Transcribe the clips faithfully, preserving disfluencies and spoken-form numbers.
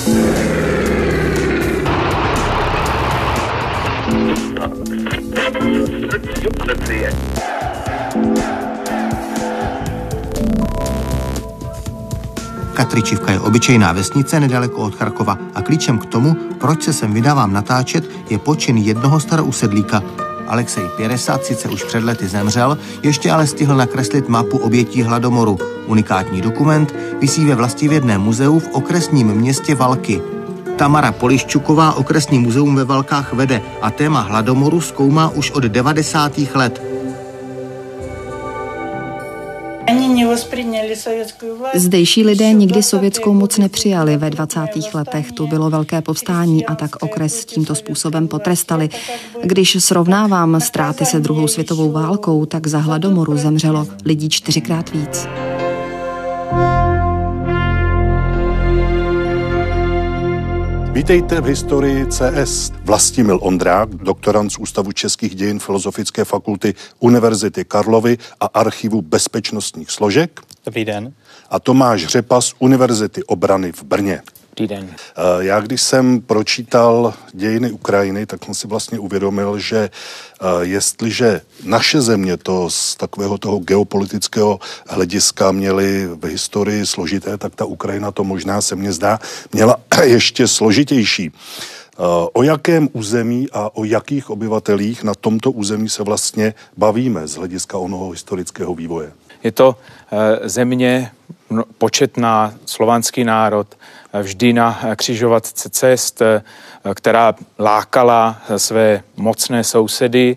Katričivka je obyčejná vesnice nedaleko od Charkova a klíčem k tomu, proč se sem vydávám natáčet, je počin jednoho starousedlíka. Alexej Pěresat sice už před lety zemřel, ještě ale stihl nakreslit mapu obětí hladomoru. Unikátní dokument visí ve vlastivědném muzeu v okresním městě Valky. Tamara Poliščuková okresní muzeum ve Valkách vede a téma hladomoru zkoumá už od devadesátých let. Zdejší lidé nikdy sovětskou moc nepřijali. Ve dvacátých letech tu bylo velké povstání a tak okres tímto způsobem potrestali. Když srovnávám ztráty se druhou světovou válkou, tak za hladomoru zemřelo lidí čtyřikrát víc. Vítejte v historii C S. Vlastimil Ondrák, doktorand z Ústavu českých dějin Filozofické fakulty Univerzity Karlovy a Archivu bezpečnostních složek. Dobrý den. A Tomáš Řepa z Univerzity obrany v Brně. Dobrý den. Já když jsem pročítal dějiny Ukrajiny, tak jsem si vlastně uvědomil, že jestliže naše země to z takového toho geopolitického hlediska měly v historii složité, tak ta Ukrajina to možná se mně zdá měla ještě složitější. O jakém území a o jakých obyvatelích na tomto území se vlastně bavíme z hlediska onoho historického vývoje? Je to země početná, slovanský národ, vždy na křižovatce cest, která lákala své mocné sousedy.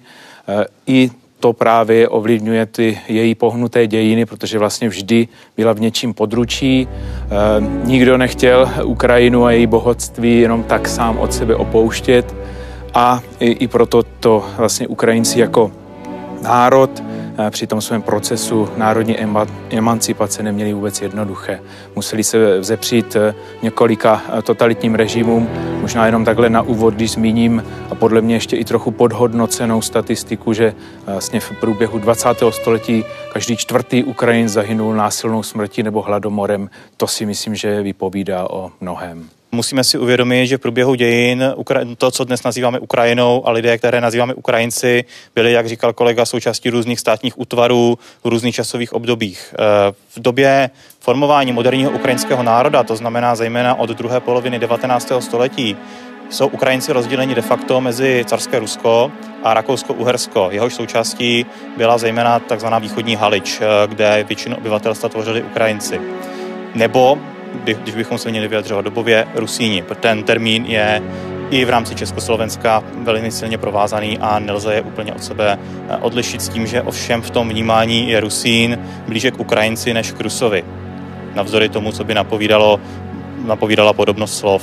I to právě ovlivňuje ty její pohnuté dějiny, protože vlastně vždy byla v něčím područí. Nikdo nechtěl Ukrajinu a její bohatství jenom tak sám od sebe opouštět. A i, i proto to vlastně Ukrajinci jako národ při tom svém procesu národní emancipace neměli vůbec jednoduché. Museli se vzepřít několika totalitním režimům, možná jenom takhle na úvod, když zmíním a podle mě ještě i trochu podhodnocenou statistiku, že vlastně v průběhu dvacátého století každý čtvrtý Ukrajin zahynul násilnou smrtí nebo hladomorem. To si myslím, že vypovídá o mnohém. Musíme si uvědomit, že v průběhu dějin to, co dnes nazýváme Ukrajinou a lidé, které nazýváme Ukrajinci, byli, jak říkal kolega, součástí různých státních útvarů v různých časových obdobích. V době formování moderního ukrajinského národa, to znamená zejména od druhé poloviny devatenáctého století, jsou Ukrajinci rozděleni de facto mezi carské Rusko a Rakousko-Uhersko. Jehož součástí byla zejména takzvaná východní Halič, kde většinu obyvatelstva tvořili Ukrajinci. Nebo když bychom se měli vyjadřovat dobově, Rusíni. Ten termín je i v rámci Československa velmi silně provázaný a nelze je úplně od sebe odlišit s tím, že ovšem v tom vnímání je Rusín blíže k Ukrajinci než k Rusovi. Navzdory tomu, co by napovídalo, napovídala podobnost slov.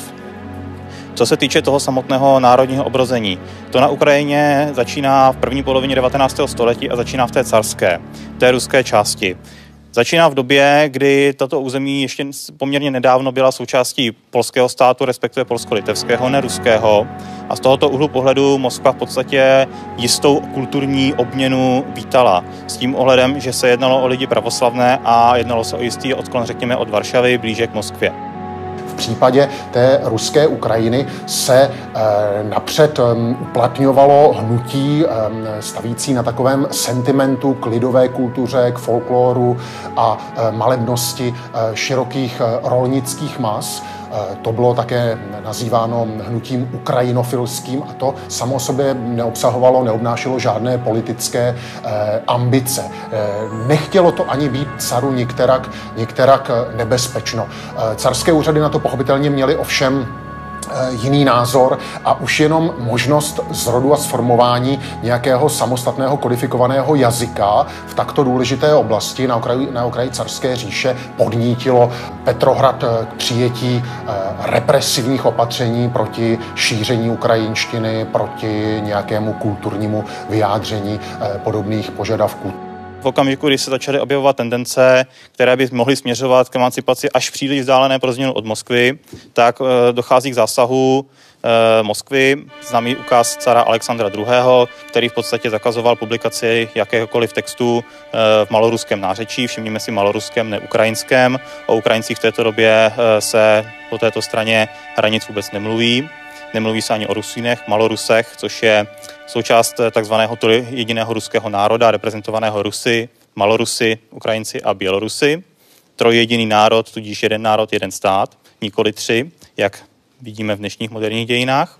Co se týče toho samotného národního obrození, to na Ukrajině začíná v první polovině devatenáctého století a začíná v té carské, té ruské části. Začíná v době, kdy tato území ještě poměrně nedávno byla součástí polského státu, respektive polsko-litevského, ne ruského. A z tohoto úhlu pohledu Moskva v podstatě jistou kulturní obměnu vítala. S tím ohledem, že se jednalo o lidi pravoslavné a jednalo se o jistý odklon, řekněme, od Varšavy blíže k Moskvě. V případě té ruské Ukrajiny se e, napřed e, uplatňovalo hnutí e, stavící na takovém sentimentu k lidové kultuře, k folkloru a e, malebnosti e, širokých e, rolnických mas. E, to bylo také nazýváno hnutím ukrajinofilským a to samo o sobě neobsahovalo, neobnášelo žádné politické e, ambice. E, nechtělo to ani být caru nikterak, nikterak nebezpečno. E, carské úřady na to pochopitelně měli ovšem jiný názor a už jenom možnost zrodu a sformování nějakého samostatného kodifikovaného jazyka v takto důležité oblasti na okraji, na okraji carské říše podnítilo Petrohrad k přijetí represivních opatření proti šíření ukrajinštiny, proti nějakému kulturnímu vyjádření podobných požadavků. v okamžiku, kdy se začaly objevovat tendence, které by mohly směřovat k emancipaci až příliš vzdálené pro změnu od Moskvy, tak dochází k zásahu Moskvy, známý ukaz cara Alexandra druhého., který v podstatě zakazoval publikaci jakéhokoliv textu v maloruském nářečí, všimnime si maloruském, ne ukrajinském. O Ukrajincích v této době se po této straně hranic vůbec nemluví. Nemluví se ani o Rusínech, Malorusech, což je součást takzvaného jediného ruského národa, reprezentovaného Rusy, Malorusy, Ukrajinci a Bělorusy. Trojjediný národ, tudíž jeden národ, jeden stát, nikoli tři, jak vidíme v dnešních moderních dějinách.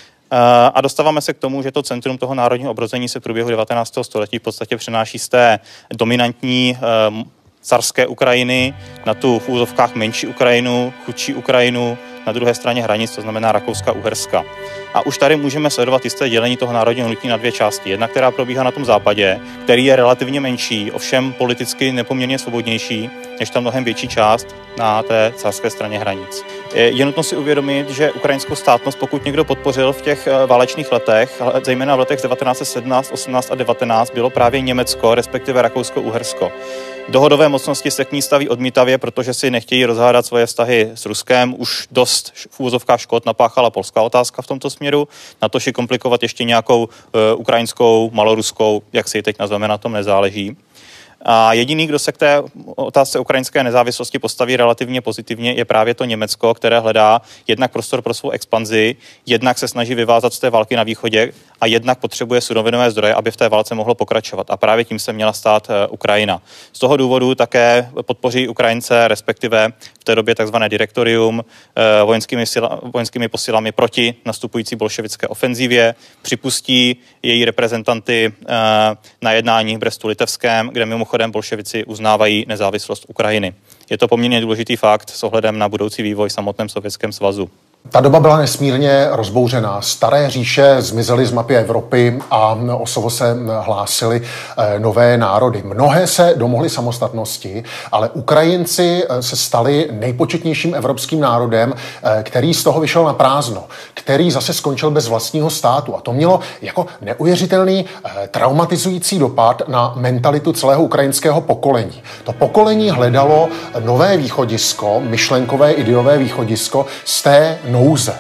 A dostáváme se k tomu, že to centrum toho národního obrození se v průběhu devatenáctého století v podstatě přenáší z té dominantní carské Ukrajiny na tu v úzovkách menší Ukrajinu, chudší Ukrajinu, na druhé straně hranic, to znamená Rakouska-Uherska. A už tady můžeme sledovat jisté dělení toho národního hnutí na dvě části. Jedna, která probíhá na tom západě, který je relativně menší, ovšem politicky nepoměrně svobodnější, než ta mnohem větší část na té carské straně hranic. Je nutno si uvědomit, že ukrajinskou státnost, pokud někdo podpořil v těch válečných letech, zejména v letech devatenáct set sedmnáct, osmnáct a devatenáct, bylo právě Německo, respektive Rakousko-Uhersko. Dohodové mocnosti se k ní staví odmítavě, protože si nechtějí rozhádat svoje vztahy s Ruskem. Už dost v úvozovkách škod napáchala polská otázka v tomto směru. Na to si komplikovat ještě nějakou uh, ukrajinskou, maloruskou, jak si ji teď nazveme, na tom nezáleží. A jediný, kdo se k té otázce ukrajinské nezávislosti postaví relativně pozitivně, je právě to Německo, které hledá jednak prostor pro svou expanzi, jednak se snaží vyvázat z té války na východě a jednak potřebuje surovinové zdroje, aby v té válce mohlo pokračovat. A právě tím se měla stát Ukrajina. Z toho důvodu také podpoří Ukrajince, respektive v té době takzvané direktorium, vojenskými, sila, vojenskými posilami proti nastupující bolševické ofenzivě, připustí její reprezentanty na jednání v Brestu-Litevském, kde mimochodem bolševici uznávají nezávislost Ukrajiny. Je to poměrně důležitý fakt s ohledem na budoucí vývoj v samotném Sovětském svazu. Ta doba byla nesmírně rozbouřená. Staré říše zmizely z mapy Evropy a o slovo se hlásily nové národy. Mnohé se domohly samostatnosti, ale Ukrajinci se stali nejpočetnějším evropským národem, který z toho vyšel na prázdno, který zase skončil bez vlastního státu. A to mělo jako neuvěřitelný traumatizující dopad na mentalitu celého ukrajinského pokolení. To pokolení hledalo nové východisko, myšlenkové, ideové východisko z té nouze.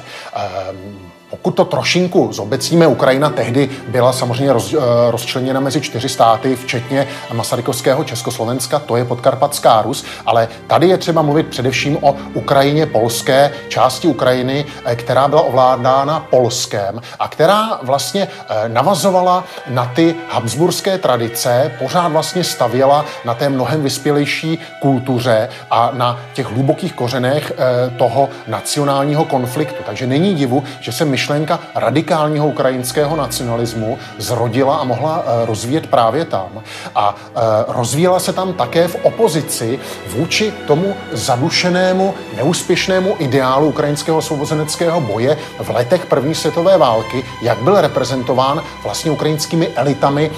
Pokud to trošinku zobecníme, Ukrajina tehdy byla samozřejmě roz, rozčleněna mezi čtyři státy, včetně masarykovského Československa, to je Podkarpatská Rus, ale tady je třeba mluvit především o Ukrajině polské, části Ukrajiny, která byla ovládána Polskem a která vlastně navazovala na ty habsburské tradice, pořád vlastně stavěla na té mnohem vyspělejší kultuře a na těch hlubokých kořenech toho nacionálního konfliktu. Takže není divu, že se myšlenka radikálního ukrajinského nacionalismu zrodila a mohla rozvíjet právě tam. A rozvíjela se tam také v opozici vůči tomu zadušenému, neúspěšnému ideálu ukrajinského osvobozeneckého boje v letech první světové války, jak byl reprezentován vlastně ukrajinskými elitami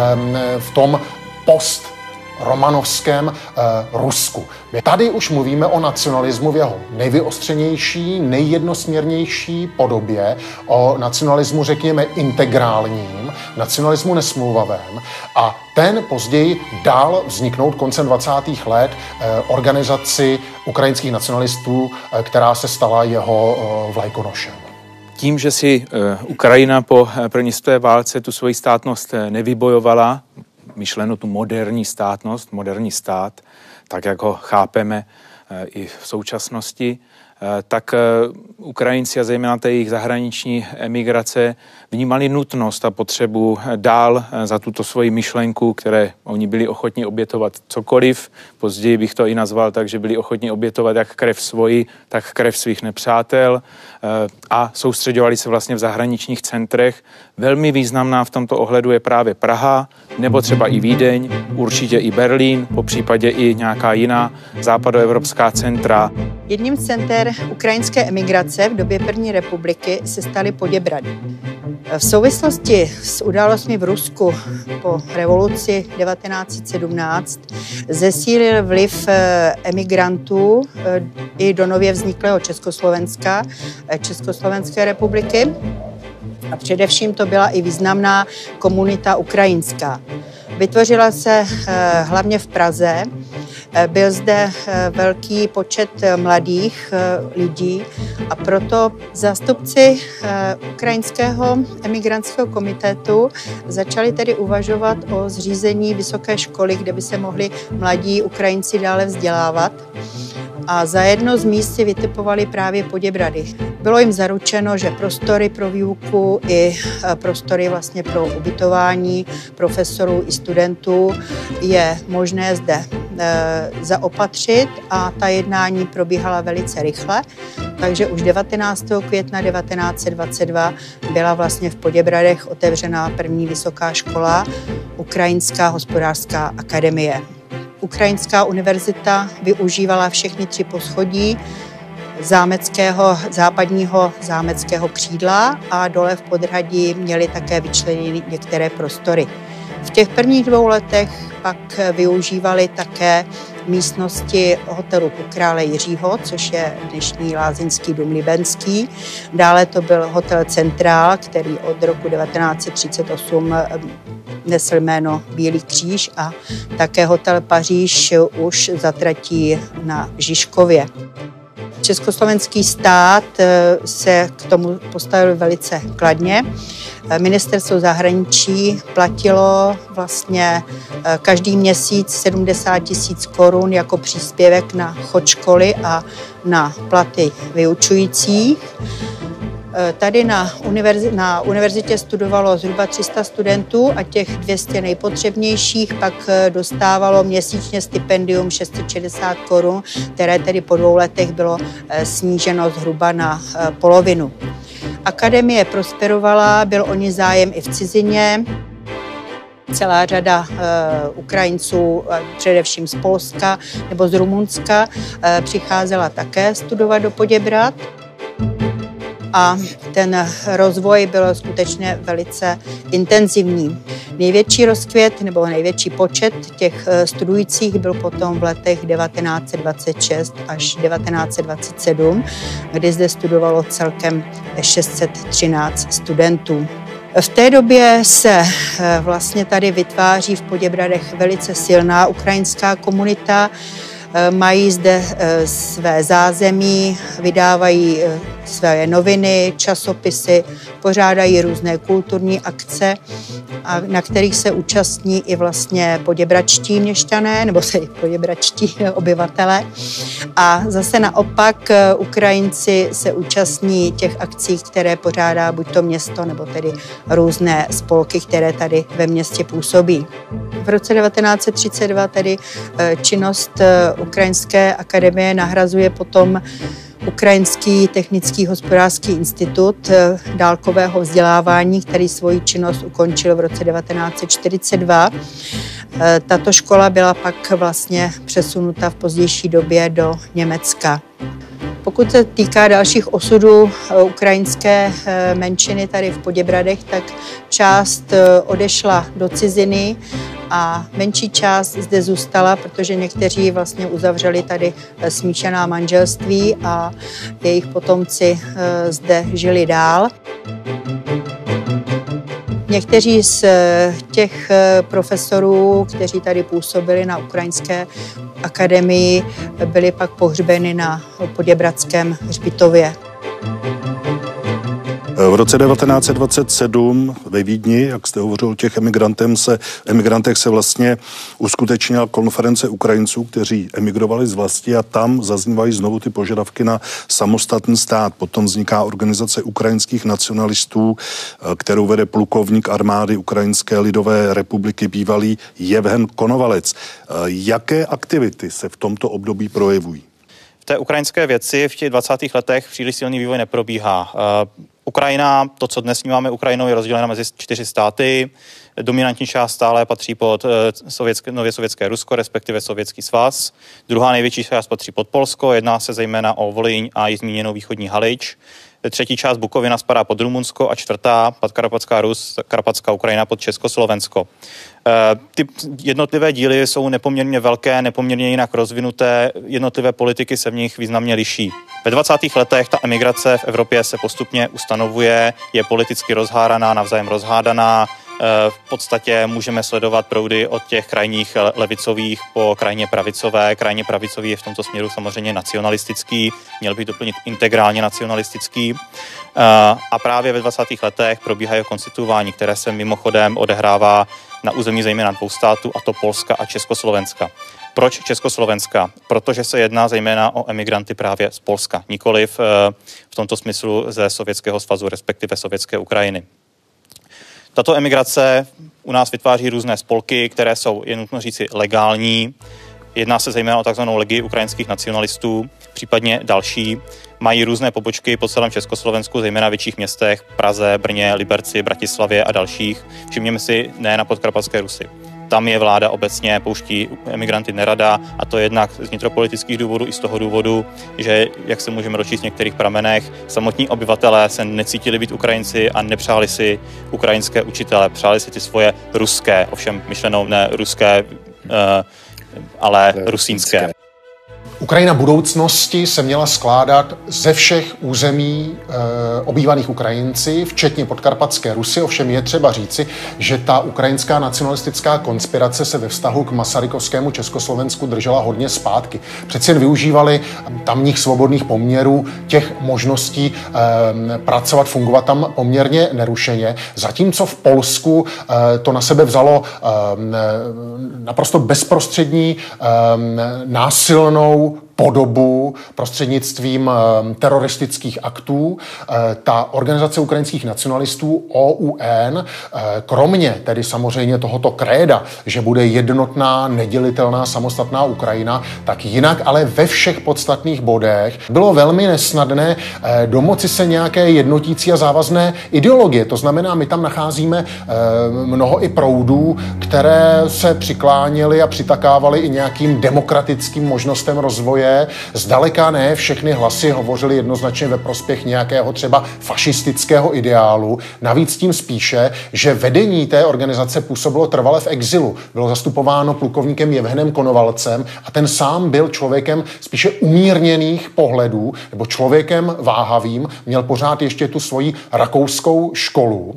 v tom post romanovském eh, Rusku. My tady už mluvíme o nacionalismu v jeho nejvyostřenější, nejjednosměrnější podobě, o nacionalismu, řekněme, integrálním, nacionalismu nesmluvavém a ten později dál vzniknout koncem dvacátých let eh, organizaci ukrajinských nacionalistů, eh, která se stala jeho eh, vlajkonošem. Tím, že si eh, Ukrajina po první světové válce tu svoji státnost nevybojovala, myšleno tu moderní státnost, moderní stát, tak jak ho chápeme i v současnosti, tak Ukrajinci a zejména té jejich zahraniční emigrace vnímali nutnost a potřebu dál za tuto svoji myšlenku, které oni byli ochotni obětovat cokoliv. Později bych to i nazval tak, že byli ochotni obětovat jak krev svoji, tak krev svých nepřátel a soustředovali se vlastně v zahraničních centrech. Velmi významná v tomto ohledu je právě Praha, nebo třeba i Vídeň, určitě i Berlín, po případě i nějaká jiná západoevropská centra. Jedním z center ukrajinské emigrace v době první republiky se staly Poděbrady. V souvislosti s událostmi v Rusku po revoluci devatenáct set sedmnáct zesílil vliv emigrantů i do nově vzniklého Československa, Československé republiky. A především to byla i významná komunita ukrajinská. Vytvořila se hlavně v Praze. Byl zde velký počet mladých lidí a proto zástupci ukrajinského emigrantského komitetu začali tedy uvažovat o zřízení vysoké školy, kde by se mohli mladí Ukrajinci dále vzdělávat. A za jedno z míst si vytipovali právě Poděbrady. Bylo jim zaručeno, že prostory pro výuku i prostory vlastně pro ubytování profesorů i studentů je možné zde e, zaopatřit a ta jednání probíhala velice rychle. Takže už devatenáctého května devatenáct set dvacet dva byla vlastně v Poděbradech otevřená první vysoká škola, Ukrajinská hospodářská akademie. Ukrajinská univerzita využívala všechny tři poschodí zámeckého, západního zámeckého křídla a dole v podhradí měli také vyčleněny některé prostory. V těch prvních dvou letech pak využívali také místnosti hotelu u krále Jiřího, což je dnešní lázeňský dům Libenský. Dále to byl hotel Centrál, který od roku devatenáct set třicet osm nesl jméno Bílý kříž, a také hotel Paříž už zatratí na Žižkově. Československý stát se k tomu postavil velice kladně. Ministerstvo zahraničí platilo vlastně každý měsíc sedmdesát tisíc korun jako příspěvek na chod školy a na platy vyučujících. Tady na, univerzi- na univerzitě studovalo zhruba tři sta studentů a těch dvě stě nejpotřebnějších pak dostávalo měsíčně stipendium šest set šedesát korun, které tedy po dvou letech bylo sníženo zhruba na polovinu. Akademie prosperovala, byl o ní zájem i v cizině. Celá řada uh, Ukrajinců, uh, především z Polska nebo z Rumunska, uh, přicházela také studovat do Poděbrad. A ten rozvoj byl skutečně velice intenzivní. Největší rozkvět nebo největší počet těch studujících byl potom v letech devatenáct set dvacet šest až devatenáct set dvacet sedm, kdy zde studovalo celkem šest set třináct studentů. V té době se vlastně tady vytváří v Poděbradech velice silná ukrajinská komunita. Mají zde své zázemí, vydávají své noviny, časopisy, pořádají různé kulturní akce, na kterých se účastní i vlastně poděbradští měšťané, nebo se i poděbradští obyvatele. A zase naopak Ukrajinci se účastní těch akcí, které pořádá buď to město, nebo tedy různé spolky, které tady ve městě působí. V roce devatenáct set třicet dva tedy činnost Ukrajinské akademie nahrazuje potom Ukrajinský technický hospodářský institut dálkového vzdělávání, který svoji činnost ukončil v roce devatenáct set čtyřicet dva. Tato škola byla pak vlastně přesunuta v pozdější době do Německa. Pokud se týká dalších osudů ukrajinské menšiny tady v Poděbradech, tak část odešla do ciziny a menší část zde zůstala, protože někteří vlastně uzavřeli tady smíšená manželství a jejich potomci zde žili dál. Někteří z těch profesorů, kteří tady působili na Ukrajinské akademii, byli pak pohřbeni na Poděbradském hřbitově. V roce devatenáct set dvacet sedm ve Vídni, jak jste hovořil o těch emigrantem se, emigrantech, se vlastně uskutečnila konference Ukrajinců, kteří emigrovali z vlasti, a tam zaznívají znovu ty požadavky na samostatný stát. Potom vzniká organizace ukrajinských nacionalistů, kterou vede plukovník armády Ukrajinské lidové republiky bývalý Jevhen Konovalec. Jaké aktivity se v tomto období projevují? V té ukrajinské věci v těch dvacátých letech příliš silný vývoj neprobíhá. Ukrajina, to, co dnes máme Ukrajinou, je rozdělena mezi čtyři státy. Dominantní část stále patří pod sovětské, nově sovětské Rusko, respektive Sovětský svaz. Druhá největší část patří pod Polsko, jedná se zejména o Volyň a i zmíněnou východní Halič. Třetí část Bukovina spadá pod Rumunsko a čtvrtá Podkarpatská Rus, Karpatská Ukrajina pod Československo. Ty jednotlivé díly jsou nepoměrně velké, nepoměrně jinak rozvinuté, jednotlivé politiky se v nich významně liší. Ve dvacátých letech ta emigrace v Evropě se postupně ustanovuje, je politicky rozhádaná, navzájem rozhádaná. V podstatě můžeme sledovat proudy od těch krajních levicových po krajně pravicové. Krajně pravicový je v tomto směru samozřejmě nacionalistický, měl bych doplnit integrálně nacionalistický. A právě ve dvacátých letech probíhají konstituování, které se mimochodem odehrává na území zejména dvou států, a to Polska a Československa. Proč Československa? Protože se jedná zejména o emigranty právě z Polska, nikoliv v tomto smyslu ze Sovětského svazu, respektive Sovětské Ukrajiny. Tato emigrace u nás vytváří různé spolky, které jsou, je nutno říci, legální. Jedná se zejména o takzvanou legii ukrajinských nacionalistů, případně další. Mají různé pobočky po celém Československu, zejména v větších městech, Praze, Brně, Liberci, Bratislavě a dalších. Všimněme si, ne na Podkarpatské Rusi. Tam je vláda obecně pouští emigranty nerada, a to jednak z vnitropolitických důvodů i z toho důvodu, že, jak se můžeme dočíst v některých pramenech, samotní obyvatelé se necítili být Ukrajinci a nepřáli si ukrajinské učitele, přáli si ty svoje ruské, ovšem myšlenou ne ruské, ale rusínské. Ukrajina budoucnosti se měla skládat ze všech území e, obývaných Ukrajinci, včetně Podkarpatské Rusy. Ovšem je třeba říci, že ta ukrajinská nacionalistická konspirace se ve vztahu k masarykovskému Československu držela hodně zpátky. Přeci jen využívali tamních svobodných poměrů, těch možností e, pracovat, fungovat tam poměrně nerušeně. Zatímco v Polsku e, to na sebe vzalo e, naprosto bezprostřední, e, násilnou podobu prostřednictvím teroristických aktů. Ta organizace ukrajinských nacionalistů O U N, kromě tedy samozřejmě tohoto kréda, že bude jednotná, nedělitelná, samostatná Ukrajina, tak jinak ale ve všech podstatných bodech bylo velmi nesnadné domoci se nějaké jednotící a závazné ideologie. To znamená, my tam nacházíme mnoho i proudů, které se přikláněly a přitakávaly i nějakým demokratickým možnostem rozvoje. Zdaleka ne všechny hlasy hovořily jednoznačně ve prospěch nějakého třeba fašistického ideálu. Navíc tím spíše, že vedení té organizace působilo trvale v exilu. Bylo zastupováno plukovníkem Jevhenem Konovalcem a ten sám byl člověkem spíše umírněných pohledů, nebo člověkem váhavým, měl pořád ještě tu svoji rakouskou školu.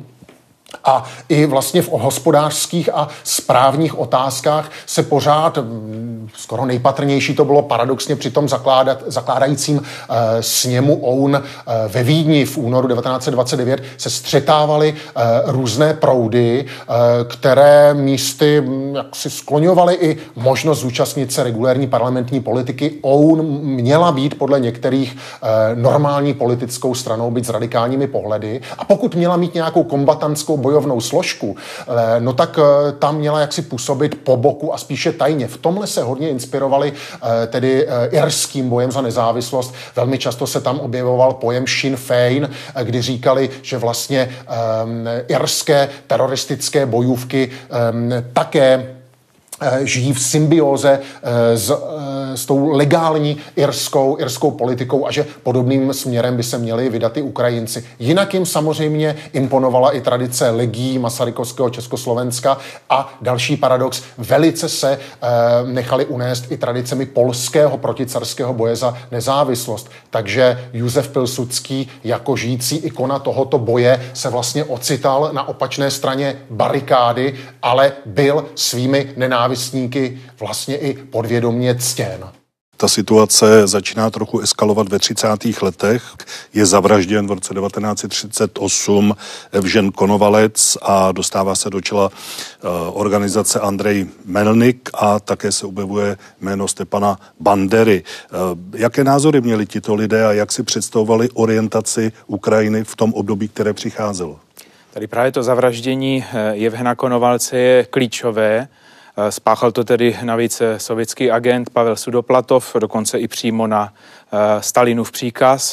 A i vlastně v hospodářských a správních otázkách se pořád, skoro nejpatrnější to bylo paradoxně při tom zakládat, zakládajícím e, sněmu O U N e, ve Vídni v únoru devatenáct set dvacet devět se střetávaly e, různé proudy, e, které místy jaksi skloňovaly i možnost zúčastnit se regulérní parlamentní politiky. O U N měla být podle některých e, normální politickou stranou, být s radikálními pohledy, a pokud měla mít nějakou kombatantskou bojovnou složku, no tak tam měla jaksi působit po boku a spíše tajně. V tomhle se hodně inspirovali tedy irským bojem za nezávislost. Velmi často se tam objevoval pojem Sinn Féin, kdy říkali, že vlastně um, irské teroristické bojůvky um, také žijí v symbióze s, s tou legální irskou, irskou politikou a že podobným směrem by se měli vydat i Ukrajinci. Jinak jim samozřejmě imponovala i tradice legií masarykovského Československa a další paradox, velice se eh, nechali unést i tradicemi polského proticarského boje za nezávislost. Takže Josef Pilsudský jako žijící ikona tohoto boje se vlastně ocital na opačné straně barikády, ale byl svými nenávistnými vlastně i podvědomě ctěn. Ta situace začíná trochu eskalovat ve třicátých letech. Je zavražděn v roce devatenáct set třicet osm Evžen Konovalec a dostává se do čela uh, organizace Andrej Melnik a také se objevuje jméno Stepana Bandery. Uh, jaké názory měli tito lidé a jak si představovali orientaci Ukrajiny v tom období, které přicházelo? Tady právě to zavraždění Jevhena Konovalce je klíčové. Spáchal to tedy navíc sovětský agent Pavel Sudoplatov, dokonce i přímo na Stalinův příkaz.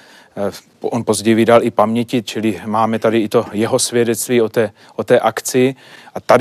On později vydal i paměti, čili máme tady i to jeho svědectví o té, o té akci. A tady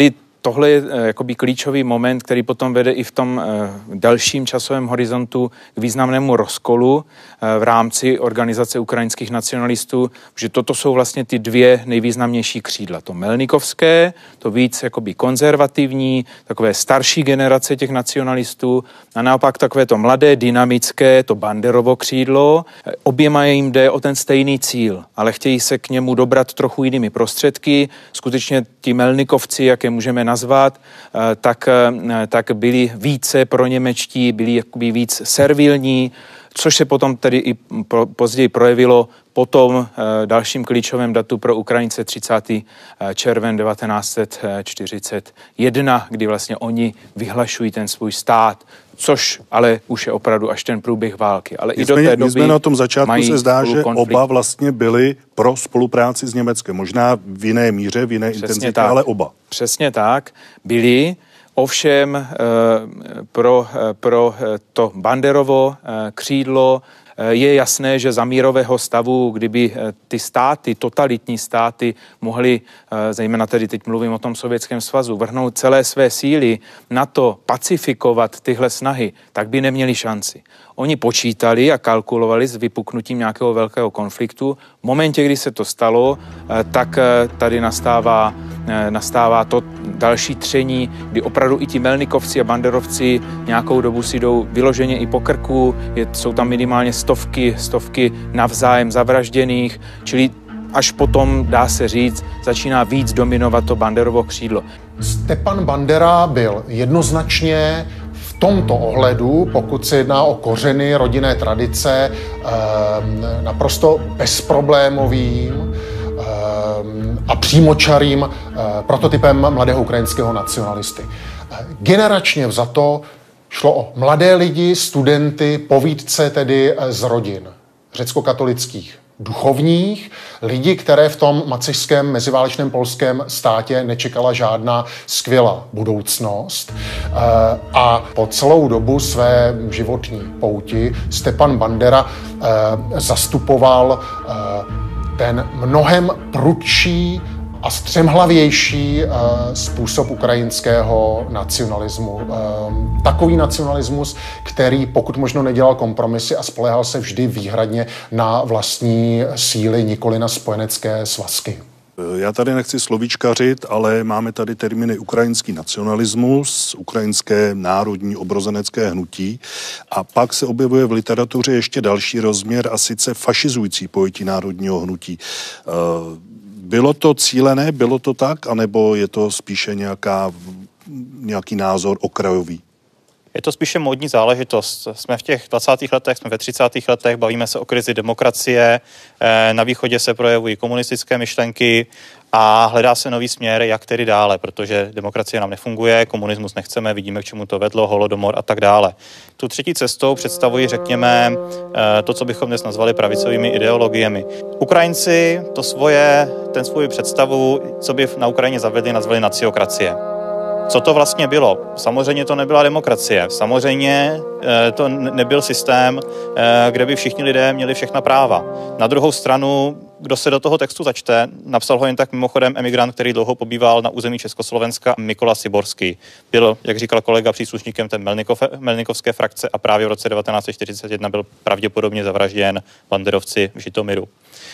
tohle je jakoby klíčový moment, který potom vede i v tom dalším časovém horizontu k významnému rozkolu v rámci organizace ukrajinských nacionalistů, že toto jsou vlastně ty dvě nejvýznamnější křídla. To melnikovské, to víc jakoby konzervativní, takové starší generace těch nacionalistů a naopak takové to mladé, dynamické, to Banderovo křídlo. Oběma jim jde o ten stejný cíl, ale chtějí se k němu dobrat trochu jinými prostředky. Skutečně ti melnikovci, jak je můžeme nazvat, tak, tak byli více proněmečtí, byli jakoby víc servilní, což se potom tedy i později projevilo po tom dalším klíčovém datu pro Ukrajince třicátého června devatenáct set čtyřicet jedna, kdy vlastně oni vyhlašují ten svůj stát, což ale už je opravdu až ten průběh války. Ale nicméně, i do té doby nicméně na tom začátku se zdá, že konflikt. Oba vlastně byli pro spolupráci s Německem. Možná v jiné míře, v jiné Přesně intenzitě, tak. ale oba. Přesně tak. Byli. Ovšem pro, pro to Banderovo křídlo je jasné, že za mírového stavu, kdyby ty státy, totalitní státy mohly, zejména tedy teď mluvím o tom Sovětském svazu, vrhnout celé své síly na to pacifikovat tyhle snahy, tak by neměli šanci. Oni počítali a kalkulovali s vypuknutím nějakého velkého konfliktu. V momentě, kdy se to stalo, tak tady nastává, nastává to další tření, kdy opravdu i ti melnikovci a banderovci nějakou dobu si jdou vyloženě i po krku, je, jsou tam minimálně stovky, stovky navzájem zavražděných, čili až potom, dá se říct, začíná víc dominovat to Banderovo křídlo. Stepan Bandera byl jednoznačně v tomto ohledu, pokud se jedná o kořeny rodinné tradice, naprosto bezproblémovým a přímočarým prototypem mladého ukrajinského nacionalisty. Generačně vzato šlo o mladé lidi, studenty, povídce tedy z rodin řeckokatolických duchovních, lidi, které v tom macešském meziválečném polském státě nečekala žádná skvělá budoucnost. A po celou dobu své životní pouti Stepan Bandera zastupoval ten mnohem prudší a střemhlavější uh, způsob ukrajinského nacionalismu. Uh, takový nacionalismus, který pokud možno nedělal kompromisy a spoléhal se vždy výhradně na vlastní síly, nikoli na spojenecké svazky. Já tady nechci slovíčkařit, ale máme tady termíny ukrajinský nacionalismus, ukrajinské národní obrozenecké hnutí a pak se objevuje v literatuře ještě další rozměr a sice fašizující pojetí národního hnutí. Uh, Bylo to cílené, bylo to tak, anebo je to spíše nějaká, nějaký názor okrajový? Je to spíše módní záležitost. Jsme v těch dvacátých letech, jsme ve třicátých letech, bavíme se o krizi demokracie, na východě se projevují komunistické myšlenky a hledá se nový směr, jak tedy dále, protože demokracie nám nefunguje, komunismus nechceme, vidíme, k čemu to vedlo, holodomor a tak dále. Tu třetí cestou představují, řekněme, to, co bychom dnes nazvali pravicovými ideologiemi. Ukrajinci to svoje, ten svůj představu, co by na Ukrajině zavedli, nazvali naciokracie. Co to vlastně bylo? Samozřejmě to nebyla demokracie. Samozřejmě to nebyl systém, kde by všichni lidé měli všechna práva. Na druhou stranu, kdo se do toho textu začte, napsal ho jen tak mimochodem emigrant, který dlouho pobýval na území Československa, Mikola Siborský. Byl, jak říkal kolega, příslušníkem té Melnikov, Melnikovské frakce a právě v roce devatenáct set čtyřicet jedna byl pravděpodobně zavražděn banderovci v Žitomiru.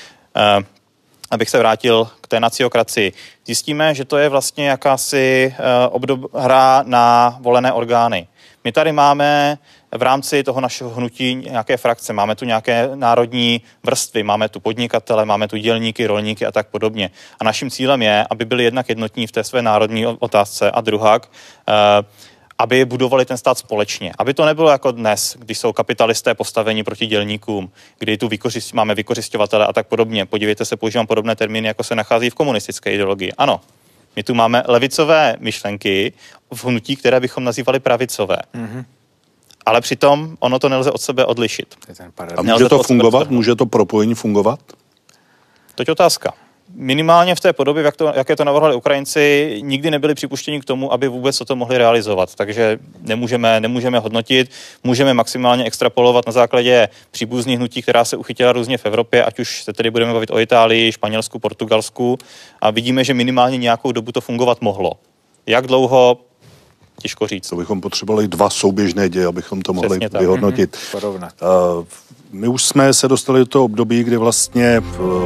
Abych se vrátil k té naciokracii. Zjistíme, že to je vlastně jakási obdob, hra na volené orgány. My tady máme v rámci toho našeho hnutí nějaké frakce, máme tu nějaké národní vrstvy, máme tu podnikatele, máme tu dělníky, rolníky a tak podobně. A naším cílem je, aby byli jednak jednotní v té své národní otázce a druhak, aby budovali ten stát společně. Aby to nebylo jako dnes, když jsou kapitalisté postaveni proti dělníkům, kdy tu vykořist, máme vykořisťovatele a tak podobně. Podívejte se, používám podobné termíny, jako se nachází v komunistické ideologii. Ano, my tu máme levicové myšlenky v hnutí, které bychom nazývali pravicové. Mm-hmm. Ale přitom ono to nelze od sebe odlišit. A může to fungovat? Může to propojení fungovat? To je otázka. Minimálně v té podobě, jak, to, jak je to navrhovali Ukrajinci, nikdy nebyli připuštěni k tomu, aby vůbec to mohli realizovat. Takže nemůžeme, nemůžeme hodnotit, můžeme maximálně extrapolovat na základě příbuzných hnutí, která se uchytila různě v Evropě, ať už se tedy budeme bavit o Itálii, Španělsku, Portugalsku a vidíme, že minimálně nějakou dobu to fungovat mohlo. Jak dlouho? Těžko říct. To bychom potřebovali dva souběžné děje, abychom to mohli vyhodnotit. Mm-hmm. My už jsme se dostali do toho období, kdy vlastně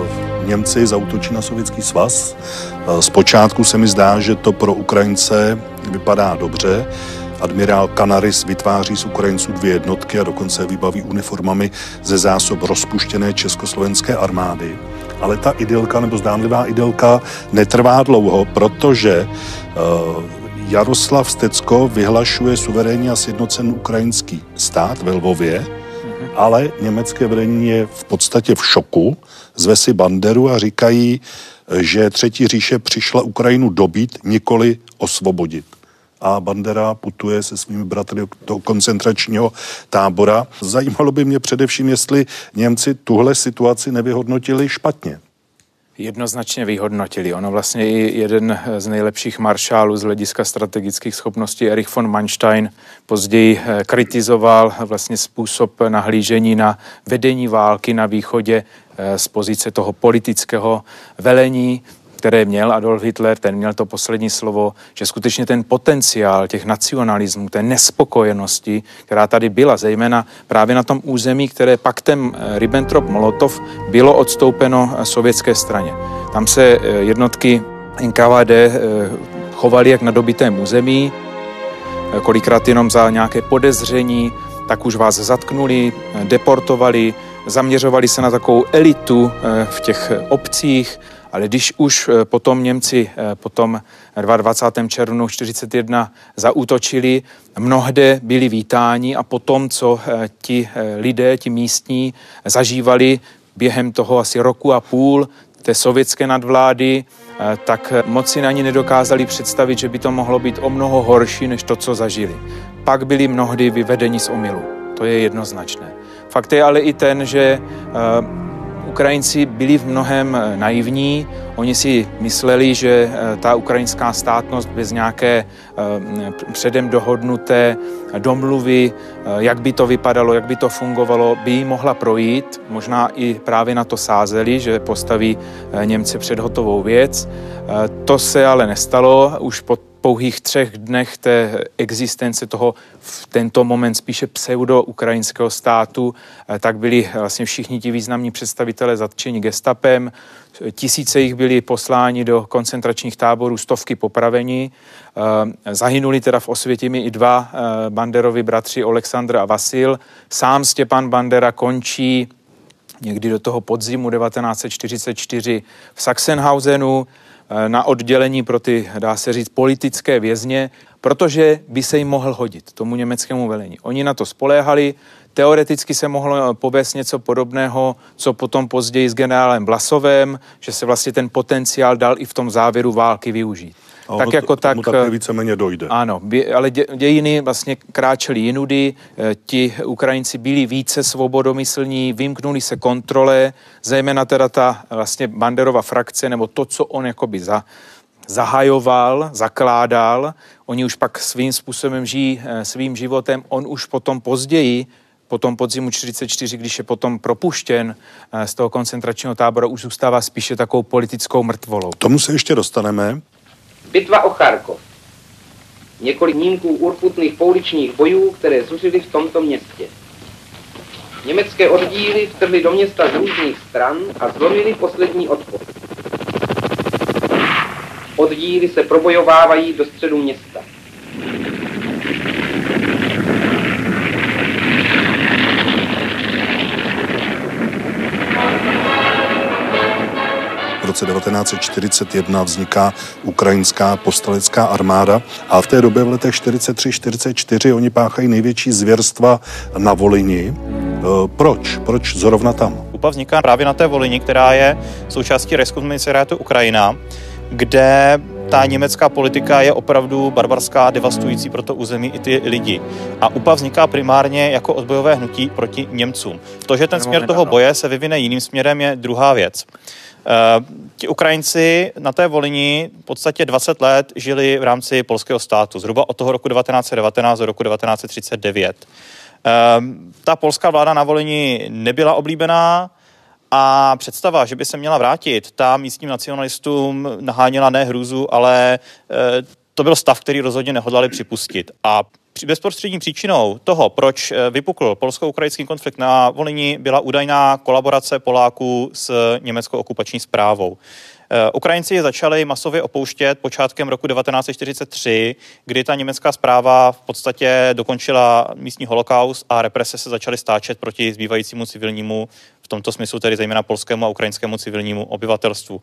Němci zaútočí na Sovětský svaz. Zpočátku se mi zdá, že to pro Ukrajince vypadá dobře. Admirál Canaris vytváří z Ukrajinců dvě jednotky a dokonce je vybaví uniformami ze zásob rozpuštěné československé armády. Ale ta idylka, nebo zdánlivá idylka, netrvá dlouho, protože uh, Jaroslav Stecko vyhlašuje suverénní a sjednocený ukrajinský stát ve Lvově, ale německé vedení je v podstatě v šoku, zve si Banderu a říkají, že Třetí říše přišla Ukrajinu dobít, nikoli osvobodit. A Bandera putuje se svými bratry do koncentračního tábora. Zajímalo by mě především, jestli Němci tuhle situaci nevyhodnotili špatně. Jednoznačně vyhodnotili. Ono vlastně i jeden z nejlepších maršálů z hlediska strategických schopností, Erich von Manstein, později kritizoval vlastně způsob nahlížení na vedení války na východě z pozice toho politického velení, které měl Adolf Hitler, ten měl to poslední slovo, že skutečně ten potenciál těch nacionalismů, té nespokojenosti, která tady byla, zejména právě na tom území, které paktem Ribbentrop-Molotov bylo odstoupeno sovětské straně. Tam se jednotky N K V D chovaly jak na dobitém území, kolikrát jenom za nějaké podezření, tak už vás zatknuli, deportovali, zaměřovali se na takovou elitu v těch obcích. Ale když už potom Němci potom dvacátého druhého června čtyřicet jedna zaútočili, mnohde byli vítáni a potom, co ti lidé, ti místní zažívali během toho asi roku a půl té sovětské nadvlády, tak moc si na ní nedokázali představit, že by to mohlo být o mnoho horší, než to, co zažili. Pak byli mnohdy vyvedeni z omylu. To je jednoznačné. Fakt je ale i ten, že Ukrajinci byli v mnohem naivní, oni si mysleli, že ta ukrajinská státnost bez nějaké předem dohodnuté domluvy, jak by to vypadalo, jak by to fungovalo, by jí mohla projít. Možná i právě na to sázeli, že postaví Němce před hotovou věc. To se ale nestalo, už po pouhých třech dnech té existence toho v tento moment spíše pseudo-ukrajinského státu, tak byli vlastně všichni ti významní představitelé zatčeni gestapem. Tisíce jich byli posláni do koncentračních táborů, stovky popraveni. Zahynuli teda v Osvětimi i dva Banderovi bratři Oleksandr a Vasil. Sám Stepan Bandera končí někdy do toho podzimu devatenáct set čtyřicet čtyři v Sachsenhausenu na oddělení pro ty, dá se říct, politické vězně, protože by se jim mohl hodit tomu německému velení. Oni na to spoléhali, teoreticky se mohlo povést něco podobného, co potom později s generálem Vlasovem, že se vlastně ten potenciál dal i v tom závěru války využít. A tak jako tak, tak víceméně dojde. Ano, ale dě, dějiny vlastně kráčely jinudy, ti Ukrajinci byli více svobodomyslní, vymknuli se kontrole, zejména teda ta vlastně Banderova frakce, nebo to, co on jakoby za, zahajoval, zakládal, oni už pak svým způsobem žijí svým životem, on už potom později, po tom podzimu čtyřicet čtyři, když je potom propuštěn z toho koncentračního tábora, už zůstává spíše takovou politickou mrtvolou. K tomu se ještě dostaneme. Bitva o Charkov. Několik snímků urputných pouličních bojů, které zuřily v tomto městě. Německé oddíly vtrhly do města z různých stran a zlomily poslední odpor. Oddíly se probojovávají do středu města. V roce devatenáct set čtyřicet jedna vzniká ukrajinská povstalecká armáda a v té době v letech čtyřicet tři čtyřicet čtyři oni páchají největší zvěrstva na Volyni. E, proč? Proč zrovna tam? UPA vzniká právě na té Volyni, která je součástí Reichskomunitátu Ukrajina, kde ta německá politika je opravdu barbarská, devastující pro to území i ty lidi. A UPA vzniká primárně jako odbojové hnutí proti Němcům. To, že ten směr toho boje se vyvine jiným směrem, je druhá věc. Uh, ti Ukrajinci na té Volyni v podstatě dvacet let žili v rámci polského státu, zhruba od toho roku devatenáct set devatenáct do roku devatenáct set třicet devět. Uh, ta polská vláda na Volyni nebyla oblíbená a představa, že by se měla vrátit, ta místním nacionalistům naháněla ne hrůzu, ale uh, to byl stav, který rozhodně nehodlali připustit. A bezprostřední příčinou toho, proč vypukl polsko-ukrajinský konflikt na Volyni, byla údajná kolaborace Poláků s německou okupační správou. Ukrajinci je začali masově opouštět počátkem roku devatenáct set čtyřicet tři, kdy ta německá správa v podstatě dokončila místní holokaust a represe se začaly stáčet proti zbývajícímu civilnímu, v tomto smyslu tedy zejména polskému a ukrajinskému civilnímu obyvatelstvu.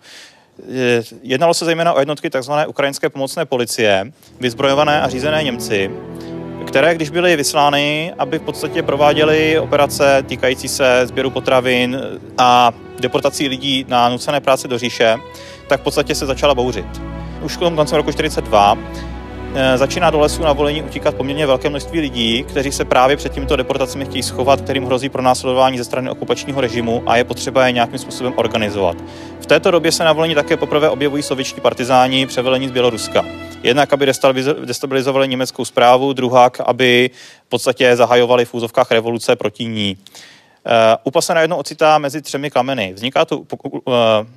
Jednalo se zejména o jednotky tzv. Ukrajinské pomocné policie, vyzbrojované a řízené Němci, které, když byly vyslány, aby v podstatě prováděly operace týkající se sběru potravin a deportací lidí na nucené práce do říše, tak v podstatě se začala bouřit. Už koncem roku čtyřicet dva začíná do lesů na Volyni utíkat poměrně velké množství lidí, kteří se právě před těmito deportacemi chtějí schovat, kterým hrozí pronásledování ze strany okupačního režimu a je potřeba je nějakým způsobem organizovat. V této době se na Volyni také poprvé objevují sovětští partizáni převelení z Běloruska. Jednak, aby destabilizovali německou správu, druhák, aby v podstatě zahajovali v úzovkách revoluce proti ní. Upa se najednou ocitá mezi třemi kameny. Vzniká tu uh,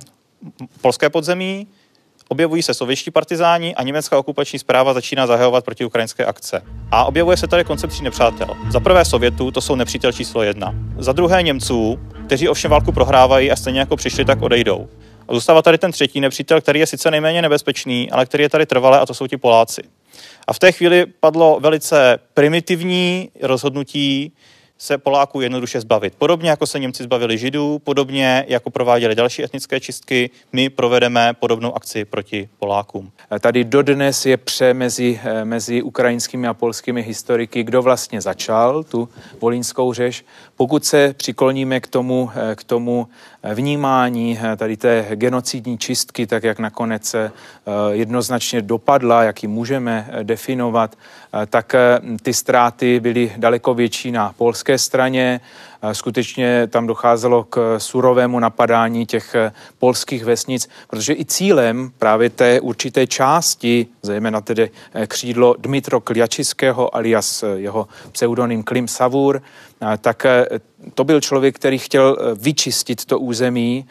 polské podzemí, objevují se sovětští partizáni a německá okupační správa začíná zahajovat proti ukrajinské akce. A objevuje se tady koncept tří nepřátel. Za prvé Sovětů, to jsou nepřítel číslo jedna. Za druhé Němců, kteří ovšem válku prohrávají a stejně jako přišli, tak odejdou. A zůstává tady ten třetí nepřítel, který je sice nejméně nebezpečný, ale který je tady trvalé, a to jsou ti Poláci. A v té chvíli padlo velice primitivní rozhodnutí se Poláků jednoduše zbavit. Podobně jako se Němci zbavili Židů, podobně jako prováděli další etnické čistky, my provedeme podobnou akci proti Polákům. Tady dodnes je pře mezi, mezi ukrajinskými a polskými historiky, kdo vlastně začal tu volínskou řež. Pokud se přikloníme k tomu, k tomu vnímání tady té genocidní čistky, tak jak nakonec jednoznačně dopadla, jak ji můžeme definovat, tak ty ztráty byly daleko větší na polské straně. Skutečně tam docházelo k surovému napadání těch polských vesnic, protože i cílem právě té určité části, zejména tedy křídlo Dmytro Kljačického alias jeho pseudonym Klim Savur, tak to byl člověk, který chtěl vyčistit to území,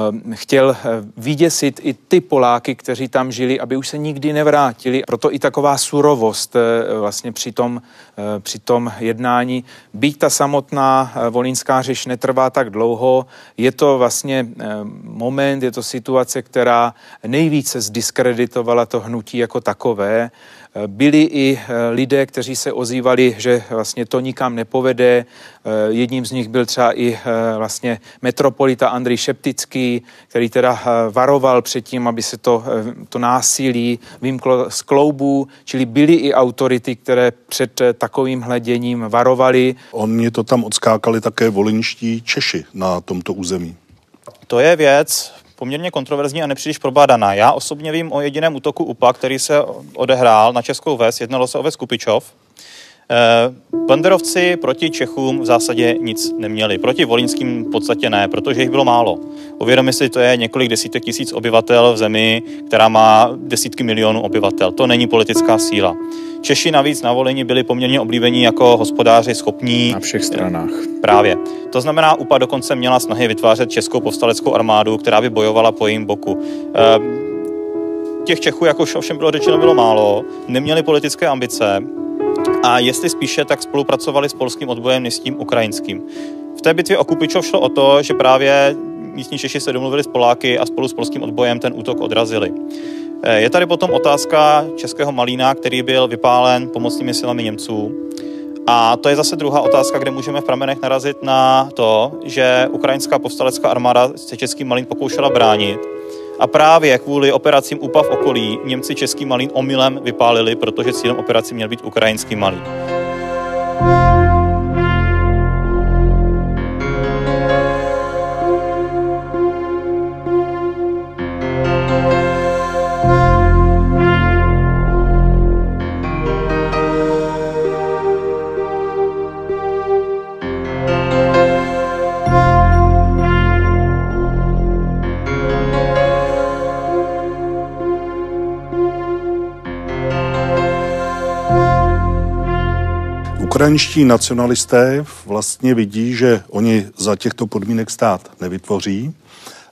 chtěl vyděsit i ty Poláky, kteří tam žili, aby už se nikdy nevrátili. Proto i taková surovost vlastně při tom, při tom jednání. Byť ta samotná volínská řež netrvá tak dlouho, je to vlastně moment, je to situace, která nejvíce zdiskreditovala to hnutí jako takové. Byli i lidé, kteří se ozývali, že vlastně to nikam nepovede. Jedním z nich byl třeba i vlastně metropolita Andrej Šeptický, který teda varoval před tím, aby se to, to násilí vymklo z kloubů, čili byly i autority, které před takovým hleděním varovali. Oni to tam odskákali také volyňští Češi na tomto území. To je věc poměrně kontroverzní a nepříliš probádaná. Já osobně vím o jediném útoku U P A, který se odehrál na Českou Ves, jednalo se o Ves Kupičov. Banderovci proti Čechům v zásadě nic neměli. Proti volínským v podstatě ne, protože jich bylo málo. Uvědomi si, to je několik desítek tisíc obyvatel v zemi, která má desítky milionů obyvatel. To není politická síla. Češi navíc na Volyni byli poměrně oblíbení jako hospodáři schopní. Na všech stranách. Právě. To znamená, U P A dokonce měla snahy vytvářet českou povstaleckou armádu, která by bojovala po jejím boku. Těch Čechů, jak už ovšem bylo řečeno, bylo málo, neměli politické ambice a jestli spíše, tak spolupracovali s polským odbojem než s tím ukrajinským. V té bitvě o Kupičov šlo o to, že právě místní Češi se domluvili s Poláky a spolu s polským odbojem ten útok odrazili. Je tady potom otázka českého Malína, který byl vypálen pomocnými silami Němců. A to je zase druhá otázka, kde můžeme v pramenech narazit na to, že ukrajinská povstalecká armáda se český Malín pokoušela bránit. A právě kvůli operacím U P A v okolí Němci český Malín omylem vypálili, protože cílem operací měl být ukrajinský Malín. Ukrajinští nacionalisté vlastně vidí, že oni za těchto podmínek stát nevytvoří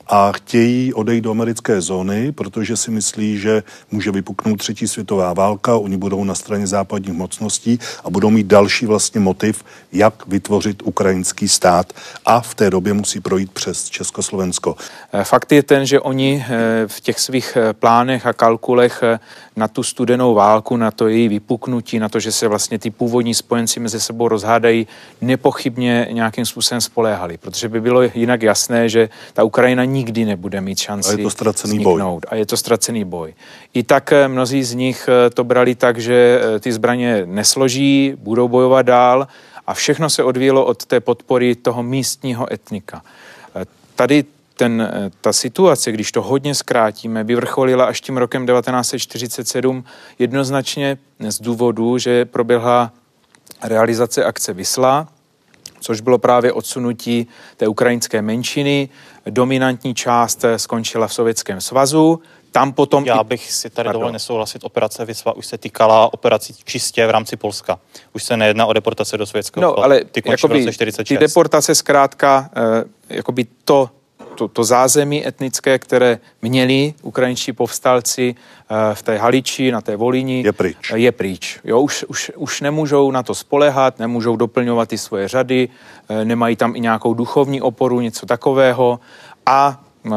a chtějí odejít do americké zóny, protože si myslí, že může vypuknout třetí světová válka, oni budou na straně západních mocností a budou mít další vlastně motiv, jak vytvořit ukrajinský stát a v té době musí projít přes Československo. Fakt je ten, že oni v těch svých plánech a kalkulech na tu studenou válku, na to její vypuknutí, na to, že se vlastně ty původní spojenci mezi sebou rozhádají, nepochybně nějakým způsobem spoléhali, protože by bylo jinak jasné, že ta Ukrajina nikdy nebude mít šanci. A je to ztracený boj. A je to ztracený boj. I tak mnozí z nich to brali tak, že ty zbraně nesloží, budou bojovat dál a všechno se odvíjelo od té podpory toho místního etnika. Tady ten, ta situace, když to hodně zkrátíme, vyvrcholila až tím rokem devatenáct set čtyřicet sedm jednoznačně z důvodu, že proběhla realizace akce Wisla, což bylo právě odsunutí té ukrajinské menšiny. Dominantní část skončila v Sovětském svazu. Tam potom... Já bych si tady dovolil nesouhlasit. Operace Wisla už se týkala operací čistě v rámci Polska. Už se nejedná o deportace do Sovětského svazu. No, ale ty jakoby, ty deportace zkrátka, eh, jakoby to, to, to zázemí etnické, které měli ukrajinští povstalci eh, v té Haliči, na té Volíni, je pryč. Je pryč. Jo, už, už, už nemůžou na to spoléhat, nemůžou doplňovat ty svoje řady, eh, nemají tam i nějakou duchovní oporu, něco takového a eh,